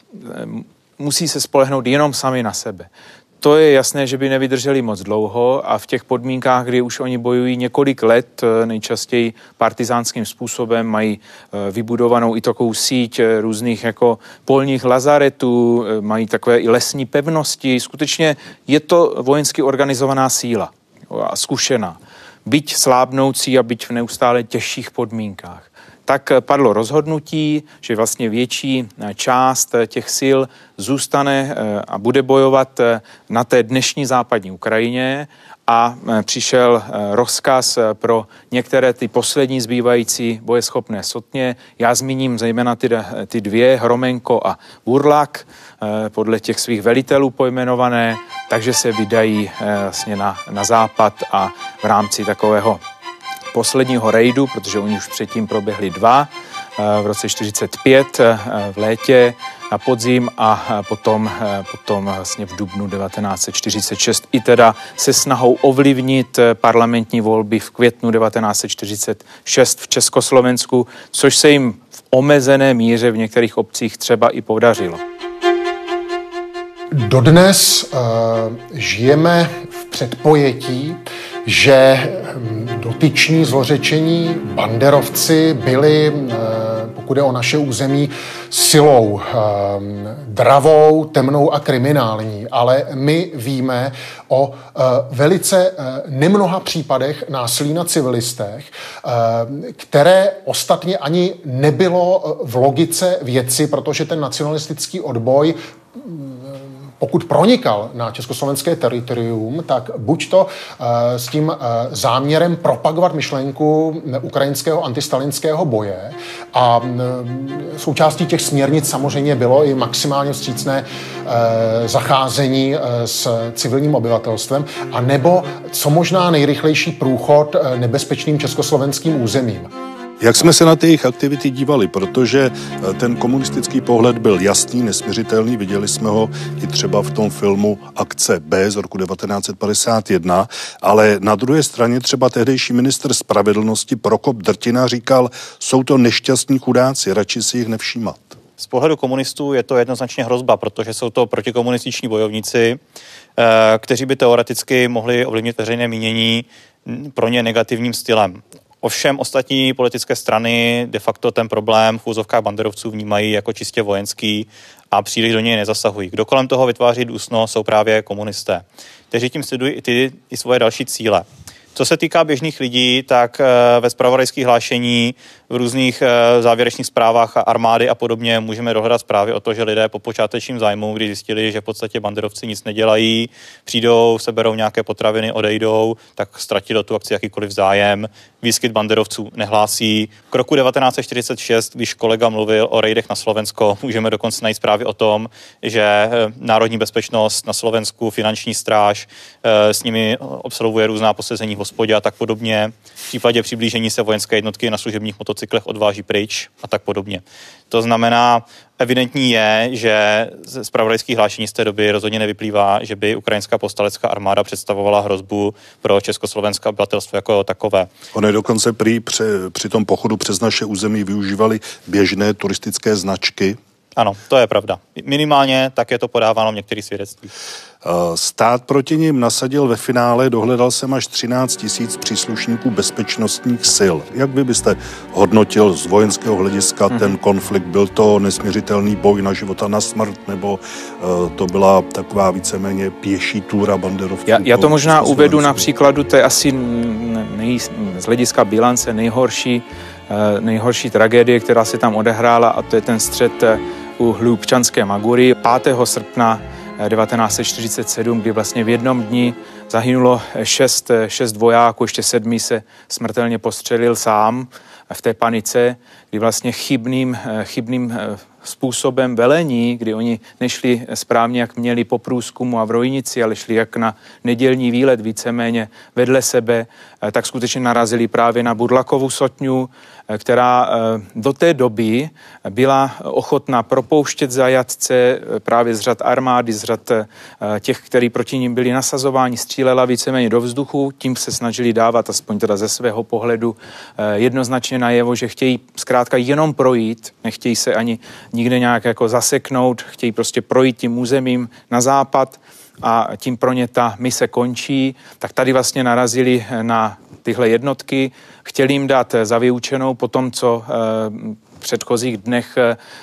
musí se spolehnout jenom sami na sebe. To je jasné, že by nevydrželi moc dlouho a v těch podmínkách, kdy už oni bojují několik let, nejčastěji partizánským způsobem, mají vybudovanou i takovou síť různých jako polních lazaretů, mají takové i lesní pevnosti. Skutečně je to vojensky organizovaná síla a zkušená. Byť slábnoucí a byť v neustále těžších podmínkách. Tak padlo rozhodnutí, že vlastně větší část těch sil zůstane a bude bojovat na té dnešní západní Ukrajině a přišel rozkaz pro některé ty poslední zbývající bojeschopné sotně. Já zmíním zejména ty, ty dvě, Hromenko a Burlak, podle těch svých velitelů pojmenované, takže se vydají vlastně na, na západ a v rámci takového posledního rejdu, protože oni už předtím proběhli dva, v roce čtyřicet pět v létě na podzim a potom, potom vlastně v dubnu devatenáct set čtyřicet šest i teda se snahou ovlivnit parlamentní volby v květnu devatenáct set čtyřicet šest v Československu, což se jim v omezené míře v některých obcích třeba i podařilo. Dodnes uh, žijeme v předpojetí, že dotyční zlořečení banderovci byli, pokud je o naše území, silou dravou, temnou a kriminální. Ale my víme o velice nemnoha případech násilí na civilistech, které ostatně ani nebylo v logice věci, protože ten nacionalistický odboj, pokud pronikal na československé teritorium, tak buď to uh, s tím uh, záměrem propagovat myšlenku ukrajinského antistalinského boje a uh, součástí těch směrnic samozřejmě bylo i maximálně vstřícné uh, zacházení uh, s civilním obyvatelstvem, a nebo co možná nejrychlejší průchod uh, nebezpečným československým územím. Jak jsme se na ty jejich aktivity dívali, protože ten komunistický pohled byl jasný, nesměřitelný, viděli jsme ho i třeba v tom filmu Akce B z roku devatenáct set padesát jedna, ale na druhé straně třeba tehdejší ministr spravedlnosti Prokop Drtina říkal, jsou to nešťastní chudáci, radši si jich nevšímat. Z pohledu komunistů je to jednoznačně hrozba, protože jsou to protikomunističní bojovníci, kteří by teoreticky mohli ovlivnit veřejné mínění pro ně negativním stylem. Ovšem ostatní politické strany de facto ten problém v úzovkách banderovců vnímají jako čistě vojenský a příliš do něj nezasahují. Kdo kolem toho vytváří dusno, jsou právě komunisté, kteří tím sledují i ty i svoje další cíle. Co se týká běžných lidí, tak ve zpravodajských hlášení, v různých závěrečných zprávách armády a podobně můžeme dohledat zprávy o to, že lidé po počátečním zájmu, když zjistili, že v podstatě banderovci nic nedělají, přijdou, seberou nějaké potraviny, odejdou, tak ztratili tu akci jakýkoliv zájem. Výskyt banderovců nehlásí. K roku devatenáct set čtyřicet šest, když kolega mluvil o rejdech na Slovensko, můžeme dokonce najít zprávy o tom, že národní bezpečnost na Slovensku, finanční stráž s nimi absolvuje různá posezení v hospodě a tak podobně. V případě přiblížení se vojenské jednotky na služebních motocyklech motocyklech odváží pryč a tak podobně. To znamená, evidentní je, že z zpravodajských hlášení z té doby rozhodně nevyplývá, že by ukrajinská povstalecká armáda představovala hrozbu pro československé obyvatelstvo jako takové. Oni dokonce prý při, při tom pochodu přes naše území využívali běžné turistické značky. Ano, to je pravda. Minimálně tak je to podáváno v některých svědectvích. Stát proti nim nasadil ve finále, dohledal jsem až třináct tisíc příslušníků bezpečnostních sil. Jak vy byste hodnotil z vojenského hlediska mm-hmm. ten konflikt? Byl to nesměřitelný boj na život a na smrt, nebo uh, to byla taková víceméně pěší túra banderovců? Já, já to možná uvedu na příkladu, to je asi nej, z hlediska bilance nejhorší, uh, nejhorší tragédie, která se tam odehrála, a to je ten střet u Hlubčanské Magury pátého srpna devatenáct set čtyřicet sedm, kdy vlastně v jednom dni zahynulo šest, šest vojáků, ještě sedmý se smrtelně postřelil sám v té panice, kdy vlastně chybným, chybným způsobem velení, kdy oni nešli správně, jak měli po průzkumu a v Rojnici, ale šli jak na nedělní výlet víceméně vedle sebe, tak skutečně narazili právě na Burlakovu sotňu, která do té doby byla ochotná propouštět zajatce právě z řad armády, z řad těch, kteří proti ním byli nasazováni, střílela víceméně do vzduchu, tím se snažili dávat, aspoň teda ze svého pohledu, jednoznačně najevo, že chtějí zkrátka jenom projít, nechtějí se ani nikde nějak jako zaseknout, chtějí prostě projít tím územím na západ a tím pro ně ta mise končí. Tak tady vlastně narazili na tyhle jednotky, chtěli jim dát za vyučenou po tom, co v předchozích dnech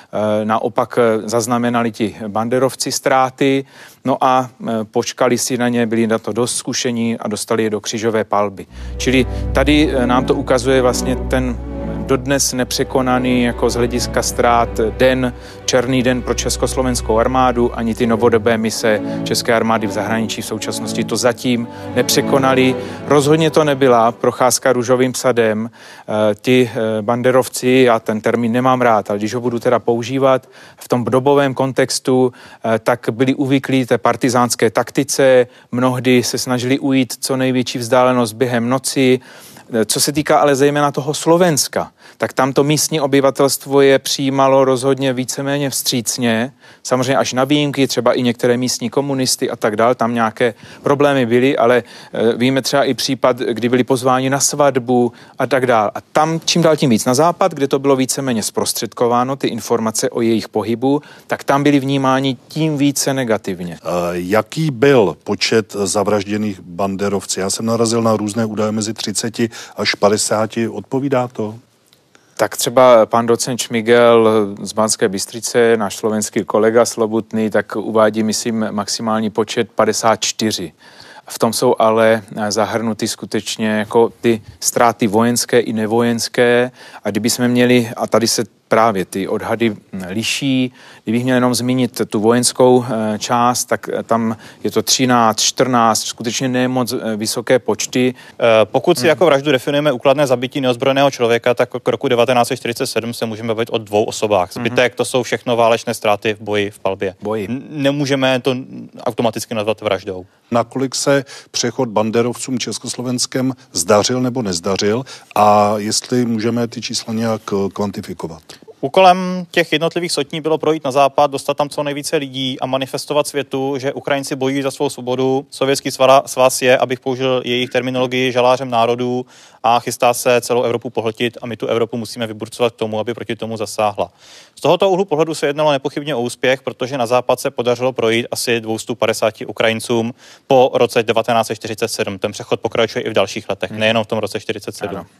naopak zaznamenali ti banderovci ztráty, no a počkali si na ně, byli na to dost zkušení a dostali je do křížové palby. Čili tady nám to ukazuje vlastně ten dodnes nepřekonaný jako z hlediska ztrát den, černý den pro československou armádu, ani ty novodobé mise české armády v zahraničí v současnosti to zatím nepřekonali. Rozhodně to nebyla procházka růžovým sadem. Ti banderovci, já ten termín nemám rád, ale když ho budu teda používat v tom dobovém kontextu, tak byli uvyklí té partizánské taktice, mnohdy se snažili ujít co největší vzdálenost během noci. Co se týká ale zejména toho Slovenska, tak tam to místní obyvatelstvo je přijímalo rozhodně víceméně vstřícně, samozřejmě až na výjimky, třeba i některé místní komunisty a tak dál, tam nějaké problémy byly, ale víme třeba i případ, kdy byli pozváni na svatbu a tak dál. A tam čím dál tím víc na západ, kde to bylo víceméně zprostředkováno, ty informace o jejich pohybu, tak tam byli vnímáni tím více negativně. Jaký byl počet zavražděných banderovců? Já jsem narazil na různé údaje mezi třiceti až padesáti. Odpovídá to? Tak třeba pan docent Šmigel z Banské Bystrice, náš slovenský kolega Slobutný, tak uvádí, myslím, maximální počet padesát čtyři. V tom jsou ale zahrnuty skutečně jako ty ztráty vojenské i nevojenské, a kdyby jsme měli, a tady se právě ty odhady liší, kdybych měl jenom zmínit tu vojenskou část, tak tam je to třináct, čtrnáct, skutečně ne moc vysoké počty. Pokud si jako vraždu definujeme úkladné zabití neozbrojeného člověka, tak k roku devatenáct set čtyřicet sedm se můžeme bavit o dvou osobách. Zbytek to jsou všechno válečné ztráty v boji, v palbě. Boji. Nemůžeme to automaticky nazvat vraždou. Nakolik se přechod banderovcům Československem zdařil nebo nezdařil a jestli můžeme ty čísla nějak kvantifikovat? Úkolem těch jednotlivých sotní bylo projít na západ, dostat tam co nejvíce lidí a manifestovat světu, že Ukrajinci bojují za svou svobodu. Sovětský svaz je, abych použil jejich terminologii, žalářem národů a chystá se celou Evropu pohltit a my tu Evropu musíme vyburcovat k tomu, aby proti tomu zasáhla. Z tohoto úhlu pohledu se jednalo nepochybně o úspěch, protože na západ se podařilo projít asi dvě stě padesát Ukrajincům po roce devatenáct set čtyřicet sedm. Ten přechod pokračuje i v dalších letech, nejenom v tom roce čtyřicet sedm. Ano.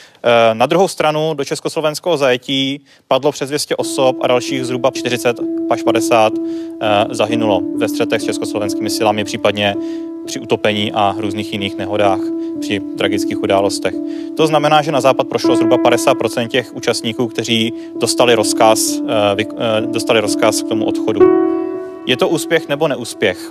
Na druhou stranu do československého zajetí padlo přes dvě stě osob a dalších zhruba čtyřicet až padesát zahynulo ve střetech s československými silami, případně při utopení a různých jiných nehodách, při tragických událostech. To znamená, že na západ prošlo zhruba padesát procent těch účastníků, kteří dostali rozkaz, dostali rozkaz k tomu odchodu. Je to úspěch nebo neúspěch?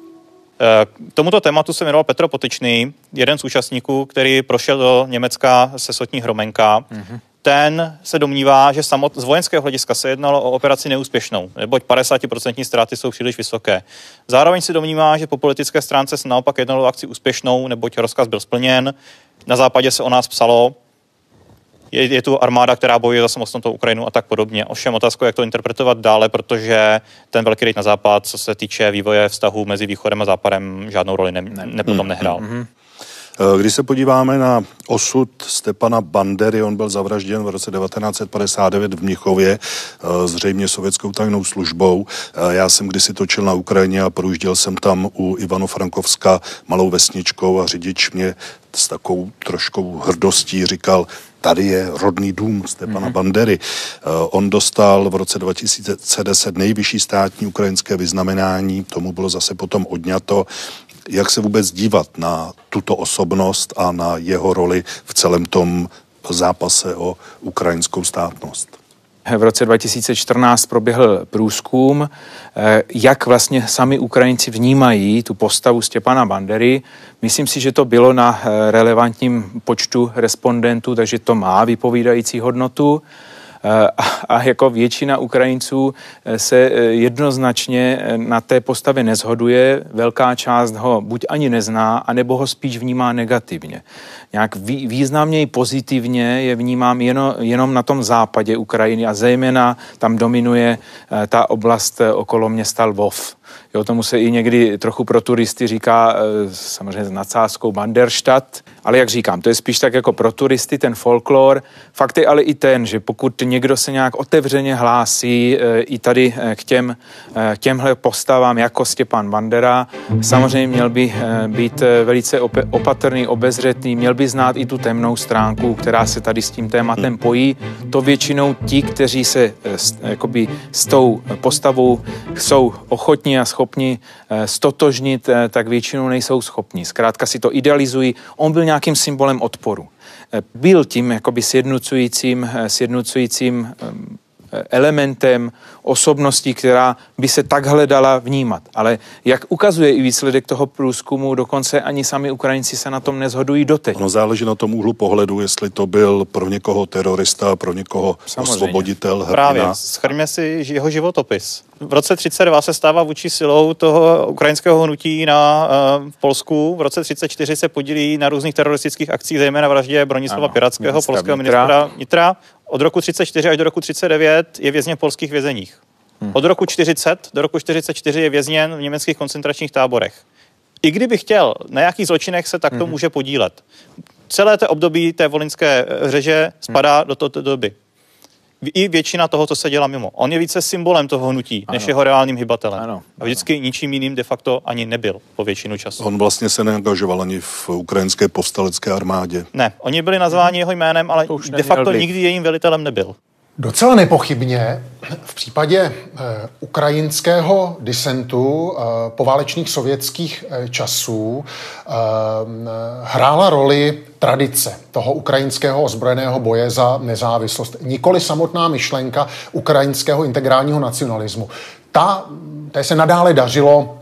K tomuto tématu se jmenoval Petr Potyčný, jeden z účastníků, který prošel do Německa se sotní Hromenka. Mm-hmm. Ten se domnívá, že samot, z vojenského hlediska se jednalo o operaci neúspěšnou, neboť padesát procent ztráty jsou příliš vysoké. Zároveň se domnívá, že po politické stránce se naopak jednalo o akci úspěšnou, neboť rozkaz byl splněn. Na západě se o nás psalo. je, je tu armáda, která bojuje za samostatnou Ukrajinu a tak podobně. Ovšem otázkou, jak to interpretovat dále, protože ten velký rejt na západ, co se týče vývoje vztahu mezi východem a západem, žádnou roli ne, ne, potom nehrál. Mm-hmm. Když se podíváme na osud Stepana Bandery, on byl zavražděn v roce devatenáct set padesát devět v Mnichově, zřejmě sovětskou tajnou službou. Já jsem kdysi točil na Ukrajině a projížděl jsem tam u Ivano-Frankovska malou vesničkou a řidič mě s takovou troškou hrdostí říkal, tady je rodný dům Stepana mm-hmm. Bandery. On dostal v roce dva tisíce deset nejvyšší státní ukrajinské vyznamenání, tomu bylo zase potom odňato. Jak se vůbec dívat na tuto osobnost a na jeho roli v celém tom zápase o ukrajinskou státnost? V roce dva tisíce čtrnáct proběhl průzkum, jak vlastně sami Ukrajinci vnímají tu postavu Stepana Bandery. Myslím si, že to bylo na relevantním počtu respondentů, takže to má vypovídající hodnotu. A jako většina Ukrajinců se jednoznačně na té postavě neshoduje. Velká část ho buď ani nezná, anebo ho spíš vnímá negativně. Nějak významněji pozitivně je vnímám jenom, jenom na tom západě Ukrajiny a zejména tam dominuje ta oblast okolo města Lvov. Jo, tomu se i někdy trochu pro turisty říká samozřejmě s nadsázkou Banderstadt, ale jak říkám, to je spíš tak jako pro turisty ten folklor. Fakt je ale i ten, že pokud někdo se nějak otevřeně hlásí i tady k těm, k těmhle postavám jako Stepan Bandera, samozřejmě měl by být velice opatrný, obezřetný, měl by znát i tu temnou stránku, která se tady s tím tématem pojí. To většinou ti, kteří se jakoby s tou postavou jsou ochotní a schopni stotožnit, tak většinou nejsou schopni. Zkrátka si to idealizují. On byl nějakým symbolem odporu. Byl tím jakoby sjednocujícím, sjednocujícím elementem osobností, která by se takhle dala vnímat. Ale jak ukazuje i výsledek toho průzkumu, dokonce ani sami Ukrajinci se na tom neshodují doteď. Ono záleží na tom úhlu pohledu, jestli to byl pro někoho terorista, pro někoho Samozřejmě. osvoboditel, hrdina. Právě, shrňme si jeho životopis. V roce třicet dva se stává vůči silou toho ukrajinského hnutí na uh, v Polsku. V roce třicet čtyři se podílí na různých teroristických akcích, zejména vraždě Bronislava Piratského, polského ministra vnitra. Od roku třicet čtyři až do roku třicet devět je vězněn v polských vězeních. Hmm. Od roku čtyřicet do roku čtyřicet čtyři je vězněn v německých koncentračních táborech. I kdyby chtěl na jakých zločinech se takto hmm. může podílet. Celé té období té volyňské řeže spadá hmm. do této doby. I většina toho, co se dělá mimo. On je více symbolem toho hnutí, ano. než jeho reálným hybatelem. Ano. A vždycky ničím jiným de facto ani nebyl po většinu času. On vlastně se neangažoval ani v ukrajinské povstalecké armádě. Ne, oni byli nazváni jeho jménem, ale de facto být. nikdy jejím velitelem nebyl. Docela nepochybně v případě eh, ukrajinského disentu eh, poválečných sovětských eh, časů eh, hrála roli tradice toho ukrajinského ozbrojeného boje za nezávislost. Nikoli samotná myšlenka ukrajinského integrálního nacionalismu. Ta, té se nadále dařilo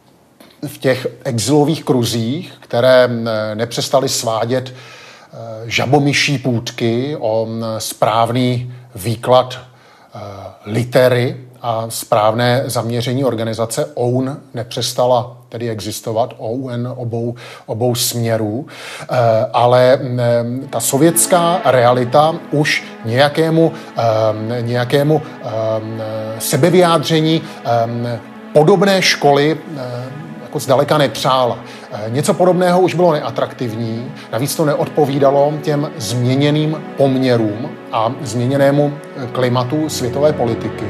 v těch exilových kruzích, které nepřestaly svádět žabomyší půtky o správný výklad uh, litery a správné zaměření organizace. O U N nepřestala tedy existovat, O U N obou, obou směrů, uh, ale um, ta sovětská realita už nějakému, um, nějakému um, sebevyjádření um, podobné školy um, jako zdaleka nepřála. Něco podobného už bylo neatraktivní, navíc to neodpovídalo těm změněným poměrům a změněnému klimatu světové politiky.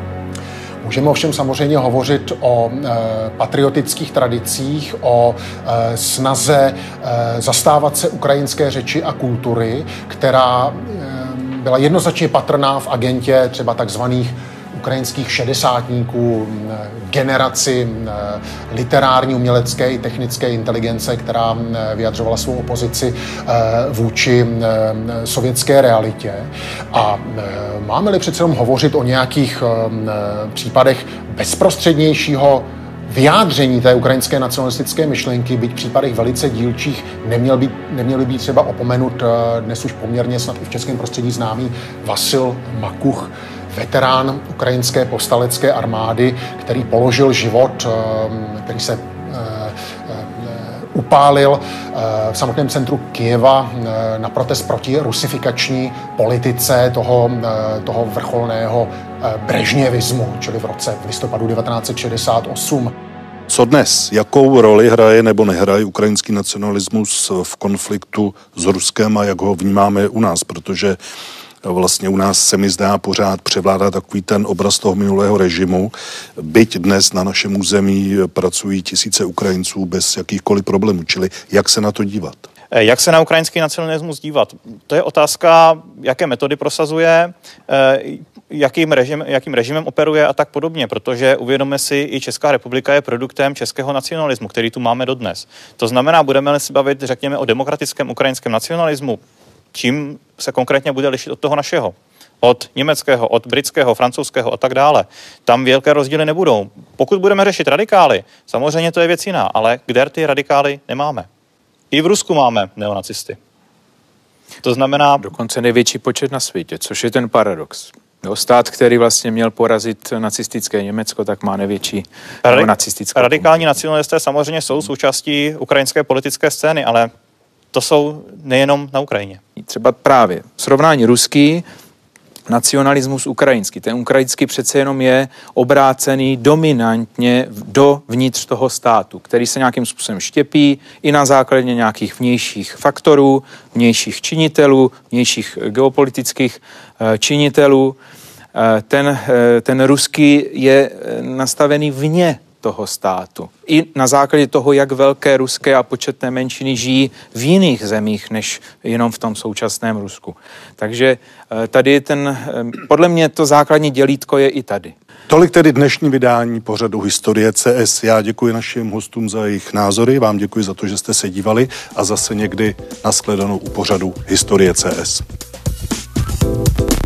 Můžeme ovšem samozřejmě hovořit o e, patriotických tradicích, o e, snaze e, zastávat se ukrajinské řeči a kultury, která e, byla jednoznačně patrná v agentě třeba takzvaných ukrajinských šedesátníků, generaci literární, umělecké i technické inteligence, která vyjadřovala svou opozici vůči sovětské realitě. A máme-li přece jenom hovořit o nějakých případech bezprostřednějšího vyjádření té ukrajinské nacionalistické myšlenky, byť v případech velice dílčích, neměl být, neměl být třeba opomenut dnes už poměrně snad i v českém prostředí známý Vasil Makuch, veterán ukrajinské povstalecké armády, který položil život, který se upálil v samotném centru Kyjeva na protest proti rusifikační politice toho, toho vrcholného brežněvismu, čili v roce v listopadu devatenáct set šedesát osm. Co dnes? Jakou roli hraje nebo nehraje ukrajinský nacionalismus v konfliktu s Ruskem a jak ho vnímáme u nás? Protože vlastně u nás se mi zdá pořád převládá takový ten obraz toho minulého režimu. Byť dnes na našem území pracují tisíce Ukrajinců bez jakýchkoliv problémů. Čili jak se na to dívat? Jak se na ukrajinský nacionalismus dívat? To je otázka, jaké metody prosazuje, jakým, režim, jakým režimem operuje a tak podobně, protože uvědomme si, i Česká republika je produktem českého nacionalismu, který tu máme dodnes. To znamená, budeme-li si bavit, řekněme, o demokratickém ukrajinském nacionalismu, čím se konkrétně bude lišit od toho našeho? Od německého, od britského, francouzského a tak dále. Tam velké rozdíly nebudou. Pokud budeme řešit radikály, samozřejmě to je věc jiná, ale kde ty radikály nemáme? I v Rusku máme neonacisty. To znamená... Dokonce největší počet na světě, což je ten paradox. Jo, stát, který vlastně měl porazit nacistické Německo, tak má největší neonacistickou. Radikální nacionalisté samozřejmě jsou součástí ukrajinské politické scény, ale to jsou nejenom na Ukrajině. Třeba právě srovnání ruský, nacionalismus ukrajinský. Ten ukrajinský přece jenom je obrácený dominantně do vnitř toho státu, který se nějakým způsobem štěpí i na základě nějakých vnějších faktorů, vnějších činitelů, vnějších geopolitických činitelů. Ten, ten ruský je nastavený vně toho státu. I na základě toho, jak velké ruské a početné menšiny žijí v jiných zemích, než jenom v tom současném Rusku. Takže tady ten, podle mě to základní dělítko je i tady. Tolik tedy dnešní vydání pořadu Historie C S. Já děkuji našim hostům za jejich názory, vám děkuji za to, že jste se dívali a zase někdy nashledanou u pořadu Historie C S.